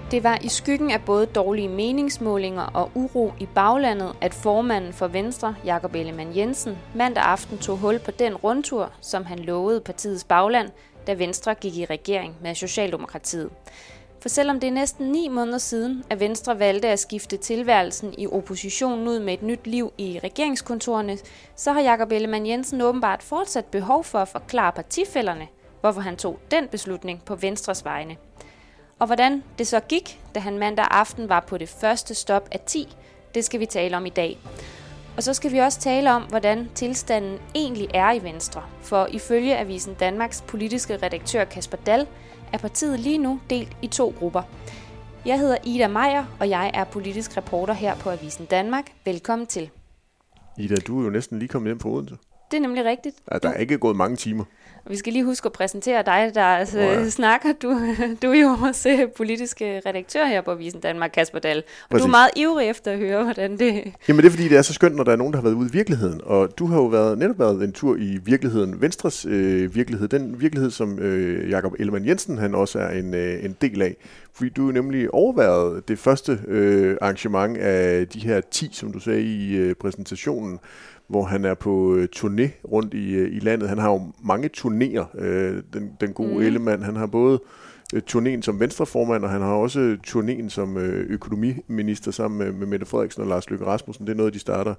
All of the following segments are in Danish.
Det var i skyggen af både dårlige meningsmålinger og uro i baglandet, at formanden for Venstre, Jakob Ellemann-Jensen, mandag aften tog hul på den rundtur, som han lovede partiets bagland, da Venstre gik i regering med Socialdemokratiet. For selvom det er næsten 9 måneder siden, at Venstre valgte at skifte tilværelsen i oppositionen ud med et nyt liv i regeringskontorerne, så har Jakob Ellemann-Jensen åbenbart fortsat behov for at forklare partifællerne, hvorfor han tog den beslutning på Venstres vegne. Og hvordan det så gik, da han mandag aften var på det første stop af 10, det skal vi tale om i dag. Og så skal vi også tale om, hvordan tilstanden egentlig er i Venstre. For ifølge Avisen Danmarks politiske redaktør Kasper Dahl, er partiet lige nu delt i 2 grupper. Jeg hedder Ida Meier, og jeg er politisk reporter her på Avisen Danmark. Velkommen til. Ida, du er jo næsten lige kommet hjem fra Odense. Det er nemlig rigtigt. Ja, der er ikke gået mange timer. Vi skal lige huske at præsentere dig, der snakker. Du er jo også politisk redaktør her på Avisen Danmark, Kasper Dahl. Og præcis. Du er meget ivrig efter at høre, hvordan det... Jamen det er fordi, det er så skønt, når der er nogen, der har været ude i virkeligheden. Og du har jo netop været en tur i virkeligheden. Venstres virkelighed. Den virkelighed, som Jakob Ellemann-Jensen han også er en del af. Fordi du er nemlig overværet det første arrangement af de her 10, som du sagde i præsentationen, hvor han er på turné rundt i landet. Han har jo mange turnéer, den gode Ellemann. Han har både turnéen som venstreformand, og han har også turnéen som økonomiminister sammen med Mette Frederiksen og Lars Løkke Rasmussen. Det er noget, de starter.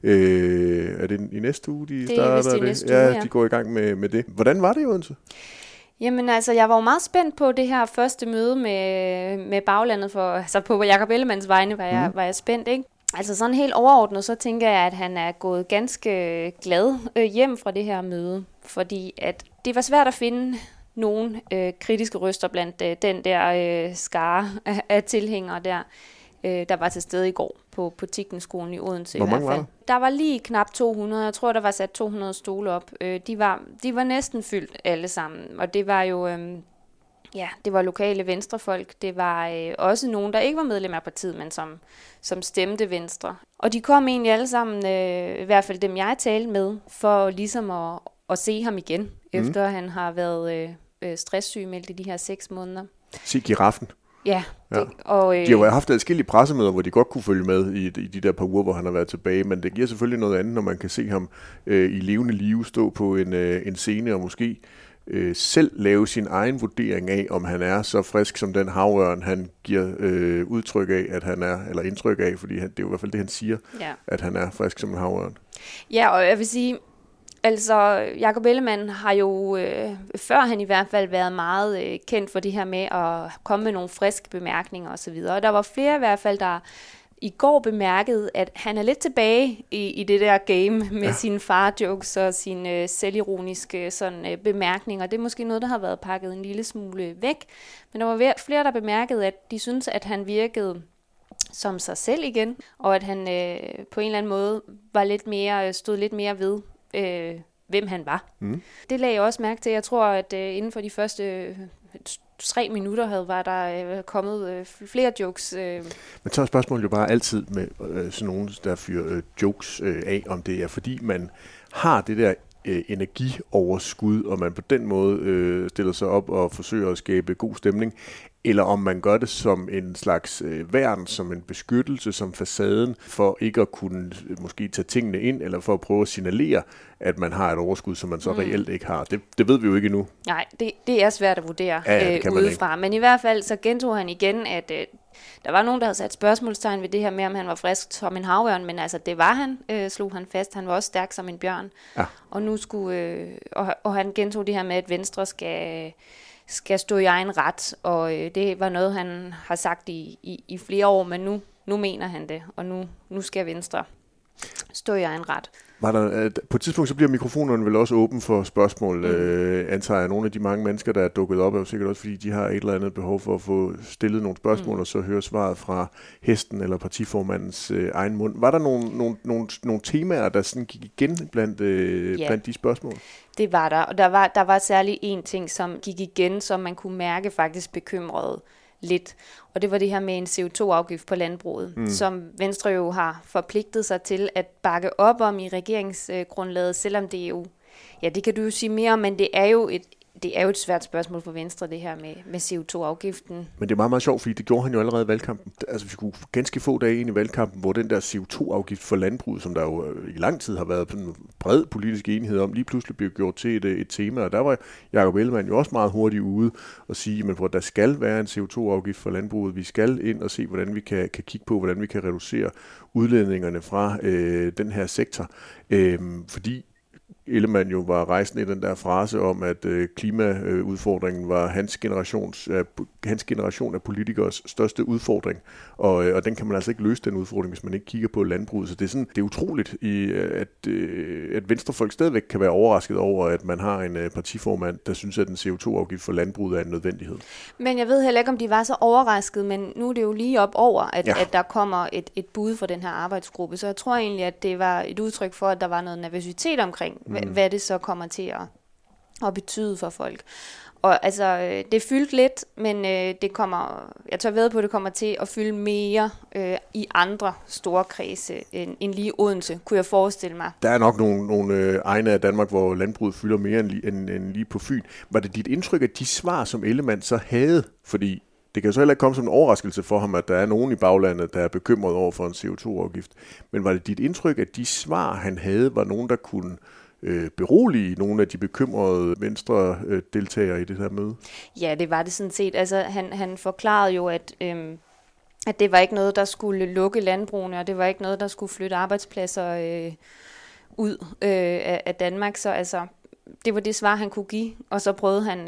Er det i næste uge, de starter? Det er i næste uge, ja. De går i gang med det. Hvordan var det i Odense? Jamen altså, jeg var jo meget spændt på det her første møde med baglandet, altså på Jakob Ellemanns vegne var jeg spændt, ikke? Altså sådan helt overordnet, så tænker jeg, at han er gået ganske glad hjem fra det her møde, fordi at det var svært at finde nogle kritiske røster blandt den der skare af tilhængere der var til stede i går på Tikkenskolen i Odense. Hvor mange var der? Der var lige knap 200, jeg tror der var sat 200 stole op. De var næsten fyldt alle sammen, og det var jo... det var lokale venstrefolk. Det var også nogen, der ikke var medlem af partiet, men som stemte Venstre. Og de kom egentlig alle sammen, i hvert fald dem jeg talte med, for ligesom at se ham igen, efter han har været stresssygemeldt i de her 6 måneder. Se giraffen. Ja. De har jo haft adskillige pressemøder, hvor de godt kunne følge med i de der par uger, hvor han har været tilbage, men det giver selvfølgelig noget andet, når man kan se ham i levende live stå på en scene og måske selv lave sin egen vurdering af, om han er så frisk som den havørn, han giver udtryk af, at han er, eller indtryk af, fordi det er jo i hvert fald det, han siger, at han er frisk som en havørn. Ja, og jeg vil sige, altså Jakob Ellemann har jo, før han i hvert fald været meget kendt for det her med at komme med nogle friske bemærkninger osv., og der var flere i hvert fald, der i går bemærkede, at han er lidt tilbage i det der game med sine far-jokes og sine selvironiske bemærkninger. Det er måske noget, der har været pakket en lille smule væk. Men der var flere, der bemærkede, at de syntes, at han virkede som sig selv igen, og at han på en eller anden måde stod lidt mere ved, hvem han var. Det lagde jeg også mærke til. Jeg tror, at inden for de første 3 minutter var der kommet flere jokes. Men så er spørgsmålet jo bare altid med sådan nogen, der fyrer jokes af, om det er fordi man har det der energioverskud, og man på den måde stiller sig op og forsøger at skabe god stemning, eller om man gør det som en slags værn, som en beskyttelse, som facaden, for ikke at kunne måske tage tingene ind, eller for at prøve at signalere, at man har et overskud, som man så reelt ikke har. Det ved vi jo ikke endnu. Nej, det er svært at vurdere udefra. Men i hvert fald så gentog han igen, at der var nogen, der havde sat spørgsmålstegn ved det her med, om han var frisk som en havørn, men altså det var han, slog han fast. Han var også stærk som en bjørn. Ja. Og nu skulle og han gentog det her med, at Venstre skal stå i egen ret, og det var noget, han har sagt i flere år, men nu mener han det, og nu skal Venstre stå i egen ret. På et tidspunkt så bliver mikrofonerne vel også åben for spørgsmål, antager jeg. Nogle af de mange mennesker, der er dukket op, er jo sikkert også, fordi de har et eller andet behov for at få stillet nogle spørgsmål, og så høre svaret fra hesten eller partiformandens egen mund. Var der nogle temaer, der sådan gik igen blandt de spørgsmål? Det var der, og der var særlig en ting, som gik igen, som man kunne mærke faktisk bekymrede lidt. Og det var det her med en CO2-afgift på landbruget, som Venstre jo har forpligtet sig til at bakke op om i regeringsgrundlaget, selvom det er jo, ja, det kan du jo sige mere om, men det er jo det er jo et svært spørgsmål for Venstre, det her med CO2-afgiften. Men det er meget, meget sjovt, fordi det gjorde han jo allerede i valgkampen. Altså, vi kunne ganske få dage ind i valgkampen, hvor den der CO2-afgift for landbruget, som der jo i lang tid har været en bred politisk enighed om, lige pludselig blev gjort til et tema. Og der var Jakob Ellemann jo også meget hurtigt ude og sige, at der skal være en CO2-afgift for landbruget. Vi skal ind og se, hvordan vi kan kigge på, hvordan vi kan reducere udledningerne fra den her sektor. Fordi Ellemann jo var rejsende i den der frase om, at klimaudfordringen var hans generation af politikers største udfordring. Og den kan man altså ikke løse, den udfordring, hvis man ikke kigger på landbruget. Så det er utroligt, at venstrefolk stadigvæk kan være overrasket over, at man har en partiformand, der synes, at en CO2-afgift for landbruget er en nødvendighed. Men jeg ved heller ikke, om de var så overrasket, men nu er det jo lige op over, at der kommer et bud for den her arbejdsgruppe. Så jeg tror egentlig, at det var et udtryk for, at der var noget nervøsitet omkring, hvad det så kommer til at betyde for folk. Og altså, det fyldte lidt, men jeg tør vædde på, at det kommer til at fylde mere i andre store kredse end lige Odense, kunne jeg forestille mig. Der er nok nogle egne af Danmark, hvor landbruget fylder mere end lige på Fyn. Var det dit indtryk, at de svar, som Ellemann så havde, fordi det kan jo så heller ikke komme som en overraskelse for ham, at der er nogen i baglandet, der er bekymret over for en CO2-afgift. Men var det dit indtryk, at de svar, han havde, var nogen, der kunne berolige nogle af de bekymrede Venstre-deltagere i det her møde? Ja, det var det sådan set. Altså, han forklarede jo, at det var ikke noget, der skulle lukke landbrugene, og det var ikke noget, der skulle flytte arbejdspladser ud af Danmark. Så altså, det var det svar, han kunne give, og så prøvede han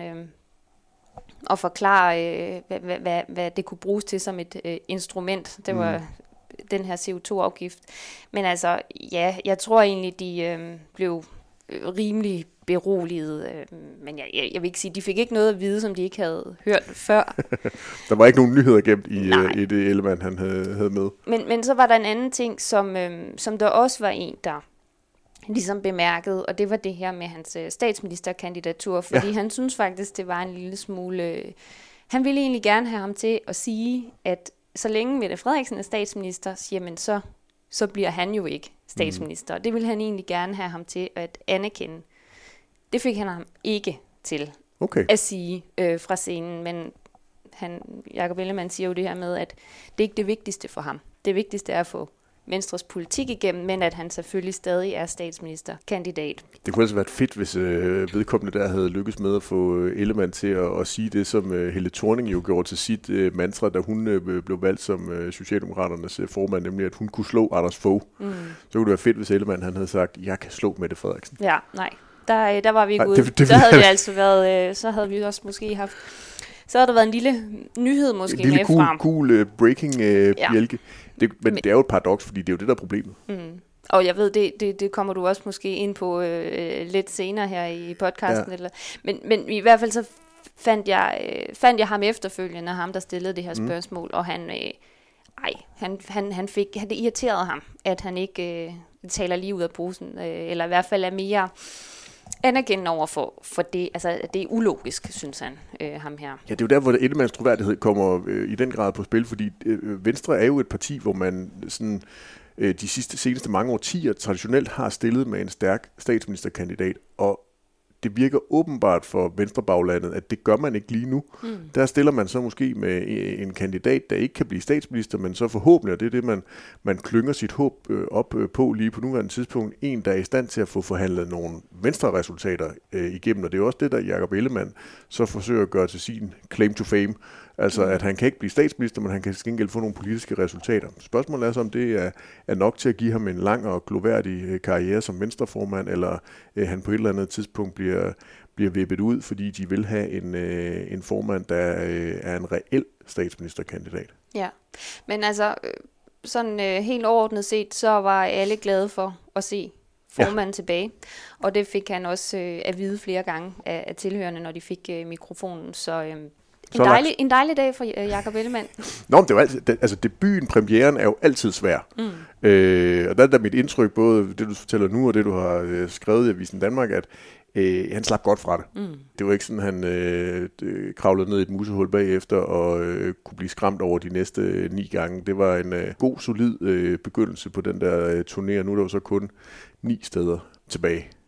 at forklare, hvad det kunne bruges til som et instrument. Det var den her CO2-afgift. Men altså, ja, jeg tror egentlig, de blev rimelig beroliget, men jeg vil ikke sige, de fik ikke noget at vide, som de ikke havde hørt før. Der var ikke nogen nyheder gemt i det Ellemann, han havde med. Men så var der en anden ting, som der også var en, der ligesom bemærkede, og det var det her med hans statsministerkandidatur, fordi han synes faktisk, det var en lille smule. Han ville egentlig gerne have ham til at sige, at så længe Mette Frederiksen er statsminister, jamen så bliver han jo ikke statsminister. Og det ville han egentlig gerne have ham til at anerkende. Det fik han ham ikke til at sige fra scenen, men Jakob Ellemann siger jo det her med, at det ikke er det vigtigste for ham. Det vigtigste er at få Venstres politik igennem, men at han selvfølgelig stadig er statsministerkandidat. Det kunne altså være fedt, hvis vedkommende der havde lykkes med at få Ellemann til at sige det, som Helle Thorning jo gjorde til sit mantra, da hun blev valgt som Socialdemokraternes formand, nemlig at hun kunne slå Anders Fogh. Så kunne det være fedt, hvis Ellemann han havde sagt, jeg kan slå Mette Frederiksen. Ja, nej. Der var vi ikke ude. Så havde vi altså været, så havde vi også måske haft. Så havde der været en lille nyhed måske med fra. En lille cool breaking bjælke. Men det er jo et paradoks, fordi det er jo det, der er problemet. Og jeg ved, det kommer du også måske ind på lidt senere her i podcasten. Ja. Men i hvert fald så fandt jeg ham efterfølgende, ham der stillede det her spørgsmål, og det irriterede ham, at han ikke taler lige ud af posen, eller i hvert fald er mere anerkendende over for det. Altså, det er ulogisk, synes han, ham her. Ja, det er jo der, hvor Ellemanns troværdighed kommer i den grad på spil, fordi Venstre er jo et parti, hvor man sådan de seneste mange årtier traditionelt har stillet med en stærk statsministerkandidat, og det virker åbenbart for Venstrebaglandet, at det gør man ikke lige nu. Der stiller man så måske med en kandidat, der ikke kan blive statsminister, men så forhåbentlig, og det er det, man klynger sit håb op på lige på nuværende tidspunkt, en, der er i stand til at få forhandlet nogle Venstre-resultater igennem, og det er også det, der Jakob Ellemann så forsøger at gøre til sin claim to fame. Altså, at han kan ikke blive statsminister, men han kan til gengæld få nogle politiske resultater. Spørgsmålet er så, om det er nok til at give ham en lang og gloværdig karriere som venstreformand, eller han på et eller andet tidspunkt bliver vippet ud, fordi de vil have en formand, der er en reel statsministerkandidat. Ja, men altså, sådan helt overordnet set, så var alle glade for at se formanden tilbage, og det fik han også at vide flere gange af tilhørende, når de fik mikrofonen, så en dejlig dag for Jakob Ellemann. Nå, men det var altid, debuten, premieren er jo altid svær. Og der er mit indtryk, både det du fortæller nu, og det du har skrevet i Avisen Danmark, at han slap godt fra det. Det var ikke sådan, han kravlede ned i et musehul bagefter og kunne blive skræmt over de næste 9 gange. Det var en god, solid begyndelse på den der turné, og nu er der jo så kun 9 steder tilbage. Ja,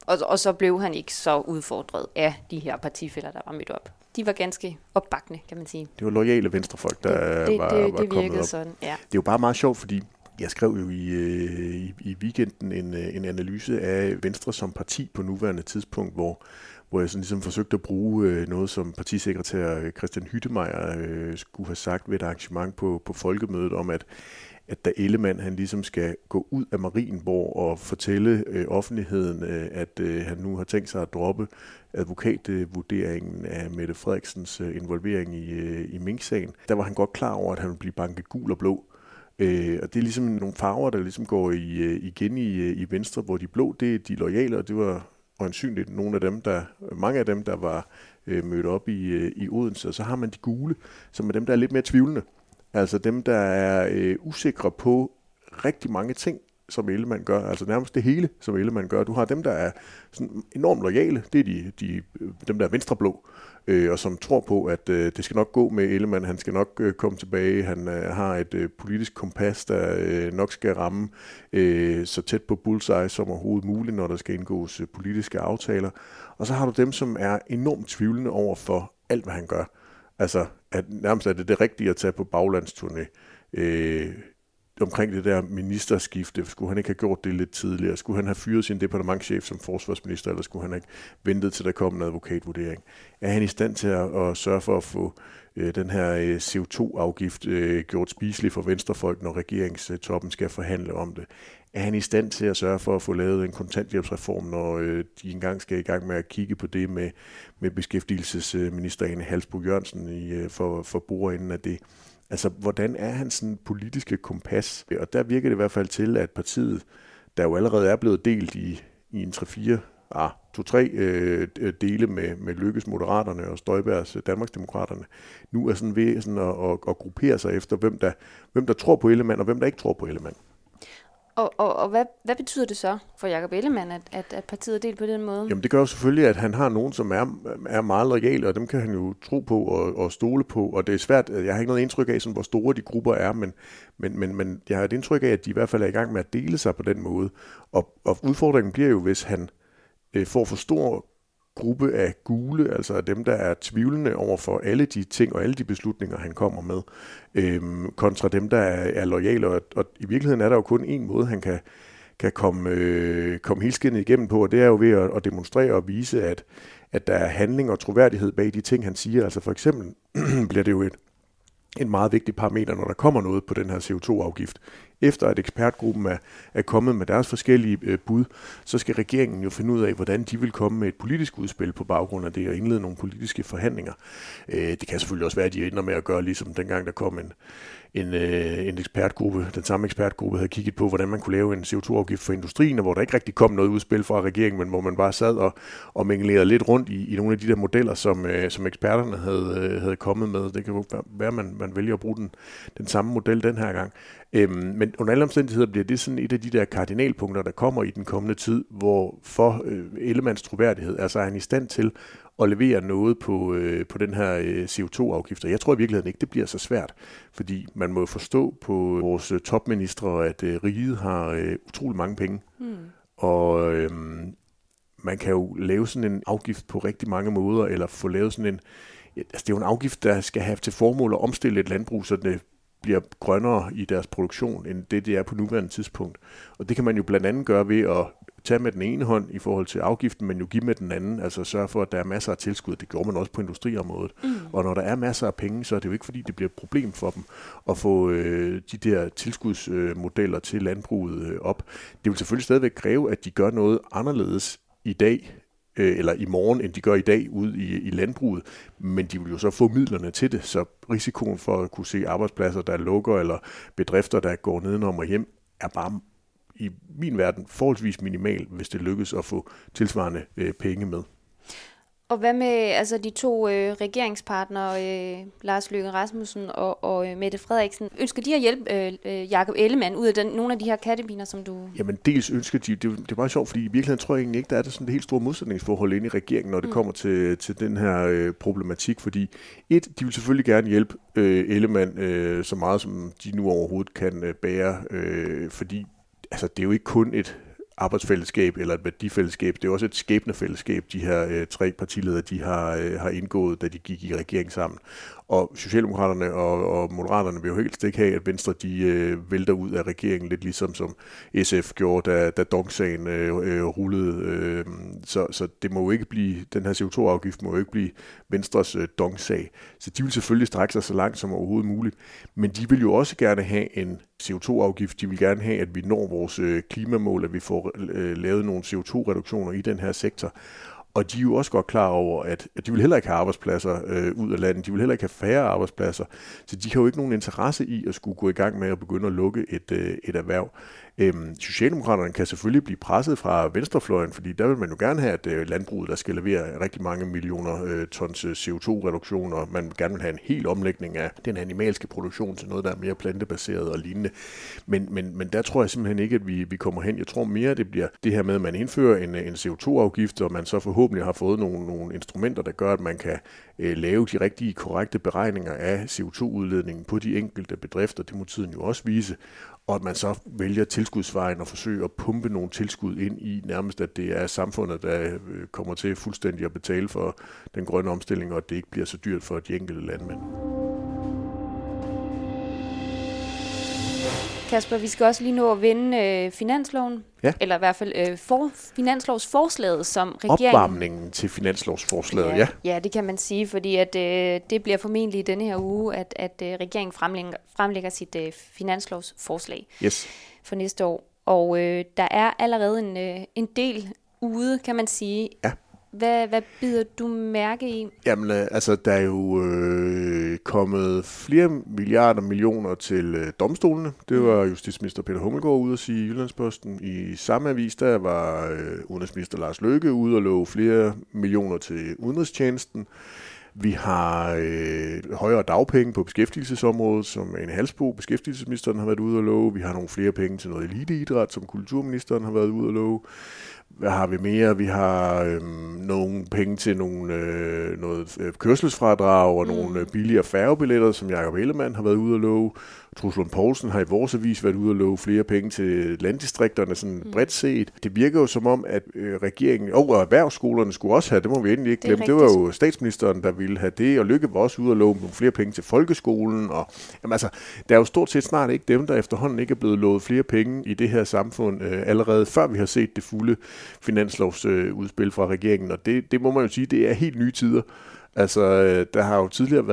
Og så blev han ikke så udfordret af de her partifæller, der var mødt op. De var ganske opbakkende, kan man sige. Det var loyale venstrefolk, der var kommet op. Sådan, ja. Det er jo bare meget sjovt, fordi jeg skrev jo i weekenden en analyse af Venstre som parti på nuværende tidspunkt, hvor jeg sådan ligesom forsøgte at bruge noget, som partisekretær Christian Hyttemeier skulle have sagt ved et arrangement på Folkemødet om, at da Ellemann han ligesom skal gå ud af Marienborg og fortælle offentligheden, at han nu har tænkt sig at droppe advokatvurderingen af Mette Frederiksens involvering i Mink-sagen, der var han godt klar over, at han ville blive banket gul og blå. Og det er ligesom nogle farver, der ligesom går igen i Venstre, hvor de blå, det er de loyale, og det var øjensynligt mange af dem, der var mødt op i Odense. Og så har man de gule, som er dem, der er lidt mere tvivlende. Altså dem, der er usikre på rigtig mange ting, som Ellemann gør. Altså nærmest det hele, som Ellemann gør. Du har dem, der er sådan enormt loyale. Det er dem, der er venstreblå, og som tror på, at det skal nok gå med Ellemann. Han skal nok komme tilbage. Han har et politisk kompas, der nok skal ramme så tæt på bullseye som overhovedet muligt, når der skal indgås politiske aftaler. Og så har du dem, som er enormt tvivlende over for alt, hvad han gør. Altså, at nærmest er det rigtige at tage på baglandsturné. Omkring det der ministerskifte, skulle han ikke have gjort det lidt tidligere? Skulle han have fyret sin departementschef som forsvarsminister, eller skulle han ikke ventet til der kom en advokatvurdering? Er han i stand til at sørge for at få den her CO2-afgift gjort spiselig for venstrefolk, når regeringstoppen skal forhandle om det? Er han i stand til at sørge for at få lavet en kontanthjælpsreform, når de engang skal i gang med at kigge på det med beskæftigelsesminister Ane Halsboe Jørgensen for bordenden af det? Altså, hvordan er han sådan politiske kompas? Og der virker det i hvert fald til, at partiet, der jo allerede er blevet delt i en 2-3 dele med Lykkes Moderaterne og Støjbergs Danmarksdemokraterne, nu er sådan ved sådan at gruppere sig efter, hvem der tror på Ellemann, og hvem der ikke tror på Ellemann. Og hvad betyder det så for Jakob Ellemann, at partiet er delt på den måde? Jamen det gør jo selvfølgelig, at han har nogen, som er meget loyale, og dem kan han jo tro på og stole på. Og det er svært, jeg har ikke noget indtryk af, sådan, hvor store de grupper er, men jeg har et indtryk af, at de i hvert fald er i gang med at dele sig på den måde. Og udfordringen bliver jo, hvis han får for stor gruppe af gule, altså af dem, der er tvivlende over for alle de ting og alle de beslutninger, han kommer med, kontra dem, der er loyale. Og i virkeligheden er der jo kun én måde, han kan komme helskindet igennem på, og det er jo ved at demonstrere og vise, at der er handling og troværdighed bag de ting, han siger. Altså for eksempel bliver det jo en meget vigtig parameter, når der kommer noget på den her CO2-afgift. Efter at ekspertgruppen er kommet med deres forskellige bud, så skal regeringen jo finde ud af, hvordan de vil komme med et politisk udspil på baggrund af det og indlede nogle politiske forhandlinger. Det kan selvfølgelig også være, at de ender med at gøre, ligesom dengang der kom en ekspertgruppe. Den samme ekspertgruppe havde kigget på, hvordan man kunne lave en CO2-afgift for industrien, og hvor der ikke rigtig kom noget udspil fra regeringen, men hvor man bare sad og minglerede lidt rundt i nogle af de der modeller, som eksperterne havde kommet med. Det kan jo være, at man vælger at bruge den samme model den her gang. Men under alle omstændigheder bliver det sådan et af de der kardinalpunkter, der kommer i den kommende tid, hvor for Ellemanns troværdighed, altså er han i stand til at levere noget på den her CO2-afgift. Og jeg tror i virkeligheden ikke, det bliver så svært, fordi man må jo forstå på vores topministre, at riget har utrolig mange penge. Og man kan jo lave sådan en afgift på rigtig mange måder, eller få lavet sådan en... Altså det er jo en afgift, der skal have til formål at omstille et landbrug, så det bliver grønnere i deres produktion, end det er på nuværende tidspunkt. Og det kan man jo blandt andet gøre ved at tage med den ene hånd i forhold til afgiften, men jo give med den anden, altså sørge for, at der er masser af tilskud. Det gjorde man også på industriområdet. Og når der er masser af penge, så er det jo ikke, fordi det bliver et problem for dem at få de der tilskudsmodeller til landbruget op. Det vil selvfølgelig stadigvæk kræve, at de gør noget anderledes i dag, eller i morgen, end de gør i dag ude i landbruget, men de vil jo så få midlerne til det, så risikoen for at kunne se arbejdspladser, der lukker, eller bedrifter, der går nedenom og hjem, er bare i min verden forholdsvis minimal, hvis det lykkes at få tilsvarende penge med. Og hvad med de to regeringspartnere, Lars Løkke Rasmussen og Mette Frederiksen? Ønsker de at hjælpe Jakob Ellemann ud af nogle af de her kattepiner, som du... Jamen dels ønsker de, det er meget sjovt, fordi i virkeligheden tror jeg egentlig ikke, der er der sådan et helt stort modsætningsforhold inde i regeringen, når det kommer til den her problematik, fordi de vil selvfølgelig gerne hjælpe Ellemann så meget, som de nu overhovedet kan bære, fordi altså, det er jo ikke kun et arbejdsfællesskab eller et værdifællesskab. Det er også et skæbnefællesskab, de her 3 partiledere, de har indgået, da de gik i regering sammen. Og Socialdemokraterne og Moderaterne vil jo helst ikke have, at Venstre de vælter ud af regeringen, lidt ligesom som SF gjorde, da DONG-sagen rullede. Så det må jo ikke blive, den her CO2-afgift må jo ikke blive Venstres DONG-sag. Så de vil selvfølgelig strække sig så langt som overhovedet muligt. Men de vil jo også gerne have en CO2-afgift. De vil gerne have, at vi når vores klimamål, at vi får lavet nogle CO2-reduktioner i den her sektor. Og de er jo også godt klar over, at de vil heller ikke have arbejdspladser ud af landet. De vil heller ikke have færre arbejdspladser. Så de har jo ikke nogen interesse i at skulle gå i gang med at begynde at lukke et erhverv. Socialdemokraterne kan selvfølgelig blive presset fra venstrefløjen, fordi der vil man jo gerne have, at landbruget, der skal levere rigtig mange millioner tons CO2-reduktioner, man gerne vil have en hel omlægning af den animalske produktion til noget, der er mere plantebaseret og lignende. Men der tror jeg simpelthen ikke, at vi kommer hen. Jeg tror mere, det bliver det her med, at man indfører en CO2-afgift, og man så forhåbentlig har fået nogle instrumenter, der gør, at man kan lave de rigtige, korrekte beregninger af CO2-udledningen på de enkelte bedrifter. Det må tiden jo også vise. Og at man så vælger tilskudsvejen og forsøger at pumpe nogle tilskud ind i nærmest, at det er samfundet, der kommer til fuldstændig at betale for den grønne omstilling, og at det ikke bliver så dyrt for de enkelte landmænd. Kasper, vi skal også lige nå at vende finansloven, eller i hvert fald finanslovsforslaget, som regeringen... Opvarmningen til finanslovsforslaget, ja. Ja, det kan man sige, fordi at, det bliver formentlig i denne her uge, at regeringen fremlægger sit finanslovsforslag for næste år. Og der er allerede en del ude, kan man sige. Ja. Hvad bider du mærke i? Jamen, altså, der er jo kommet flere millioner til domstolene. Det var justitsminister Peter Hummelgaard ude at sige i Jyllandsposten. I samme avis, der var udenrigsminister Lars Løkke ude og love flere millioner til udenrigstjenesten. Vi har højere dagpenge på beskæftigelsesområdet, som Ane Halsboe, beskæftigelsesministeren, har været ude at love. Vi har nogle flere penge til noget eliteidræt, som kulturministeren har været ude at love. Hvad har vi mere? Vi har nogle penge til noget kørselsfradrag og nogle billigere færgebilletter, som Jakob Ellemann har været ude at love. Truls Lund Poulsen har i vores avis været ude at love flere penge til landdistrikterne, sådan bredt set. Det virker jo som om, at regeringen og erhvervsskolerne skulle også have, det må vi endelig ikke glemme. Det var jo statsministeren, der ville have det, og Løkke var også ude at love nogle flere penge til folkeskolen. Og, jamen altså, der er jo stort set snart ikke dem, der efterhånden ikke er blevet lovet flere penge i det her samfund, allerede før vi har set det fulde finanslovsudspil fra regeringen, og det må man jo sige, det er helt nye tider. Altså, der har jo tidligere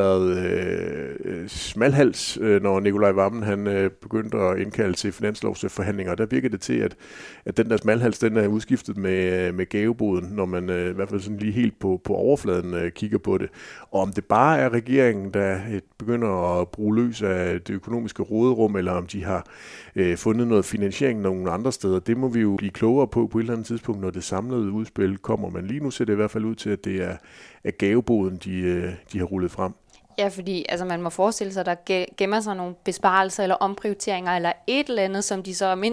været smalhals, når Nikolaj Wammen han begyndte at indkalde til finanslovsforhandlinger. Der virker det til, at den der smalhals, den er udskiftet med gaveboden, når man i hvert fald sådan lige helt på overfladen kigger på det. Og om det bare er regeringen, der begynder at bruge løs af det økonomiske råderum, eller om de har fundet noget finansiering nogle andre steder, det må vi jo blive klogere på et eller andet tidspunkt, når det samlede udspil kommer. Men lige nu ser det i hvert fald ud til, at det er gaveboden, de har rullet frem. Ja, fordi altså, man må forestille sig, at der gemmer sig nogle besparelser eller omprioriteringer, eller et eller andet, som de så er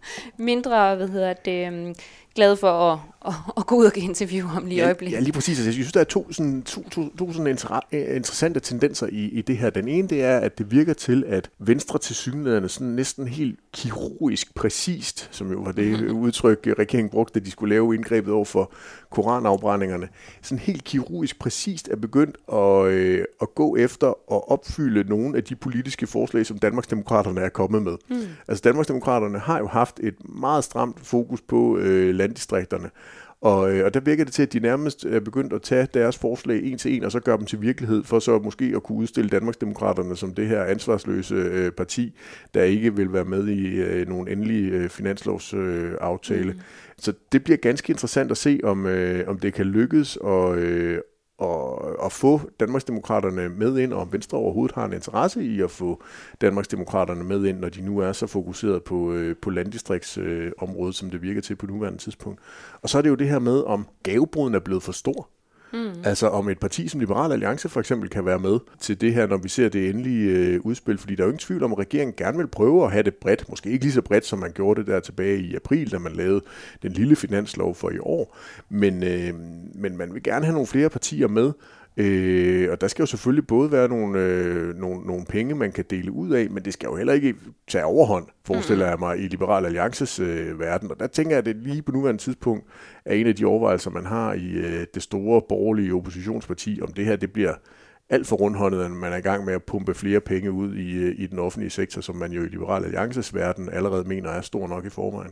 mindre glade for at gå ud og give interview om lige i øjeblikket. Ja, lige præcis. Altså, jeg synes, der er to sådan interessante tendenser i det her. Den ene, det er, at det virker til, at Venstre tilsyneladende sådan næsten helt kirurgisk præcist, som jo var det udtryk, regeringen brugte, da de skulle lave indgrebet over for koranafbrændingerne, sådan helt kirurgisk præcist er begyndt at gå efter at opfylde nogle af de politiske forslag, som Danmarksdemokraterne er kommet med. Altså, Danmarksdemokraterne har jo haft et meget stramt fokus på landdistrikterne. Og der virker det til, at de nærmest er begyndt at tage deres forslag en til en, og så gøre dem til virkelighed, for så måske at kunne udstille Danmarksdemokraterne som det her ansvarsløse parti, der ikke vil være med i nogen endelig finanslovsaftale. Så det bliver ganske interessant at se, om det kan lykkes at få Danmarksdemokraterne med ind, og om Venstre overhovedet har en interesse i at få Danmarksdemokraterne med ind, når de nu er så fokuseret på landdistriktsområdet, som det virker til på nuværende tidspunkt. Og så er det jo det her med, om gaveboden er blevet for stor. Altså om et parti som Liberal Alliance for eksempel kan være med til det her, når vi ser det endelige udspil, fordi der er jo ingen tvivl om, at regeringen gerne vil prøve at have det bredt, måske ikke lige så bredt, som man gjorde det der tilbage i april, da man lavede den lille finanslov for i år, men man vil gerne have nogle flere partier med, Og der skal jo selvfølgelig både være nogle penge, man kan dele ud af, men det skal jo heller ikke tage overhånd, forestiller jeg mig, i Liberal Alliances verden. Og der tænker jeg, at det lige på nuværende tidspunkt er en af de overvejelser, man har i det store borgerlige oppositionsparti, om det her det bliver alt for rundhåndet, at man er i gang med at pumpe flere penge ud i den offentlige sektor, som man jo i Liberal Alliances verden allerede mener er stor nok i forvejen.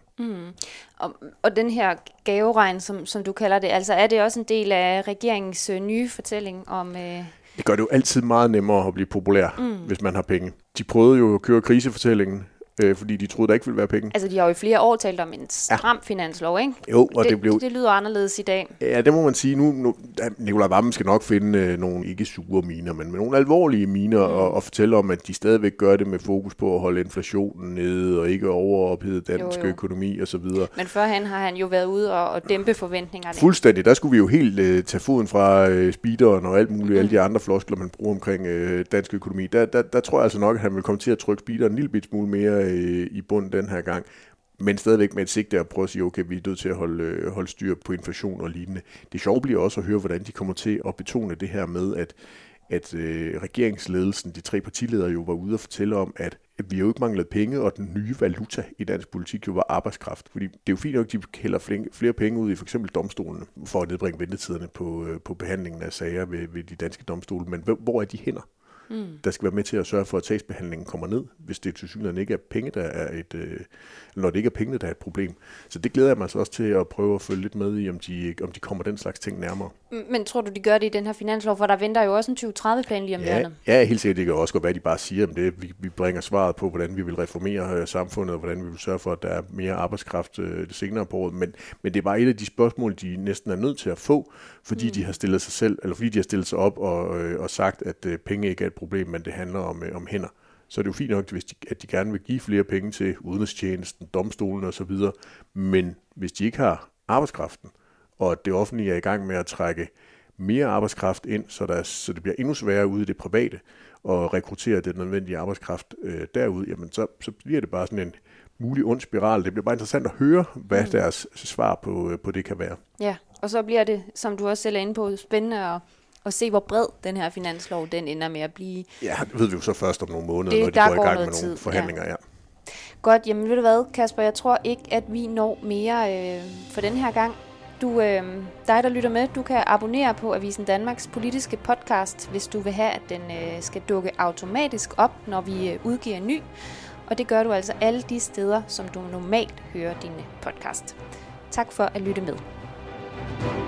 Og den her gaveregn, som du kalder det, altså er det også en del af regeringens nye fortælling om... Det gør det jo altid meget nemmere at blive populær, hvis man har penge. De prøvede jo at køre krisefortællingen, fordi de troede, der ikke ville være penge. Altså, de har jo i flere år talt om en stram finanslov, ikke? Jo, og det lyder anderledes i dag. Ja, det må man sige. Nu Nicolai Wammen skal nok finde nogle ikke sure miner, men nogle alvorlige miner, og fortælle om, at de stadigvæk gør det med fokus på at holde inflationen nede, og ikke overophede dansk økonomi osv. Men førhen har han jo været ude og dæmpe forventningerne. Fuldstændig. Der skulle vi jo helt tage foden fra speederen og alt muligt, alle de andre floskler, man bruger omkring dansk økonomi. Der tror jeg altså nok, at han vil komme til at trykke speederen en lille smule mere i bunden den her gang, men stadigvæk med et sigte at prøve at sige, okay, vi er nødt til at holde styr på inflation og lignende. Det sjove bliver også at høre, hvordan de kommer til at betone det her med, at regeringsledelsen, de 3 partiledere jo var ude og fortælle om, at vi jo ikke manglede penge, og den nye valuta i dansk politik jo var arbejdskraft. Fordi det er jo fint nok, at de hælder flere penge ud i for eksempel domstolene, for at nedbringe ventetiderne på behandlingen af sager ved de danske domstole. Men hvor er de hænder? Der skal være med til at sørge for, at sagsbehandlingen kommer ned, hvis det tilsyneladende ikke er penge, der er når det ikke er pengene, der er et problem. Så det glæder jeg mig så også til at prøve at følge lidt med i, om de kommer den slags ting nærmere. Men tror du, de gør det i den her finanslov, for der venter jo også en 2030-plan lige om hjørnet? Ja, helt sikkert. Det kan også godt være, at de bare siger om det. Vi bringer svaret på, hvordan vi vil reformere samfundet, og hvordan vi vil sørge for, at der er mere arbejdskraft senere på året. Men det er bare et af de spørgsmål, de næsten er nødt til at få, fordi de har stillet sig selv, eller fordi de har stillet sig op og sagt, at penge ikke er et problem, men det handler om hænder. Så er det jo fint nok, at de gerne vil give flere penge til udenrigstjenesten, domstolen osv., men hvis de ikke har arbejdskraften, og det offentlige er i gang med at trække mere arbejdskraft ind, så det bliver endnu sværere ude i det private at rekruttere den nødvendige arbejdskraft derud, jamen så bliver det bare sådan en mulig ond spiral. Det bliver bare interessant at høre, hvad deres svar på det kan være. Ja, og så bliver det, som du også selv er inde på, spændende at se, hvor bred den her finanslov, den ender med at blive. Ja, det ved vi jo så først om nogle måneder, når de går i gang med nogle forhandlinger. Ja. Godt, jamen ved du hvad, Kasper, jeg tror ikke, at vi når mere for den her gang. Dig, der lytter med, du kan abonnere på Avisen Danmarks politiske podcast, hvis du vil have, at den skal dukke automatisk op, når vi udgiver en ny. Og det gør du altså alle de steder, som du normalt hører dine podcast. Tak for at lytte med.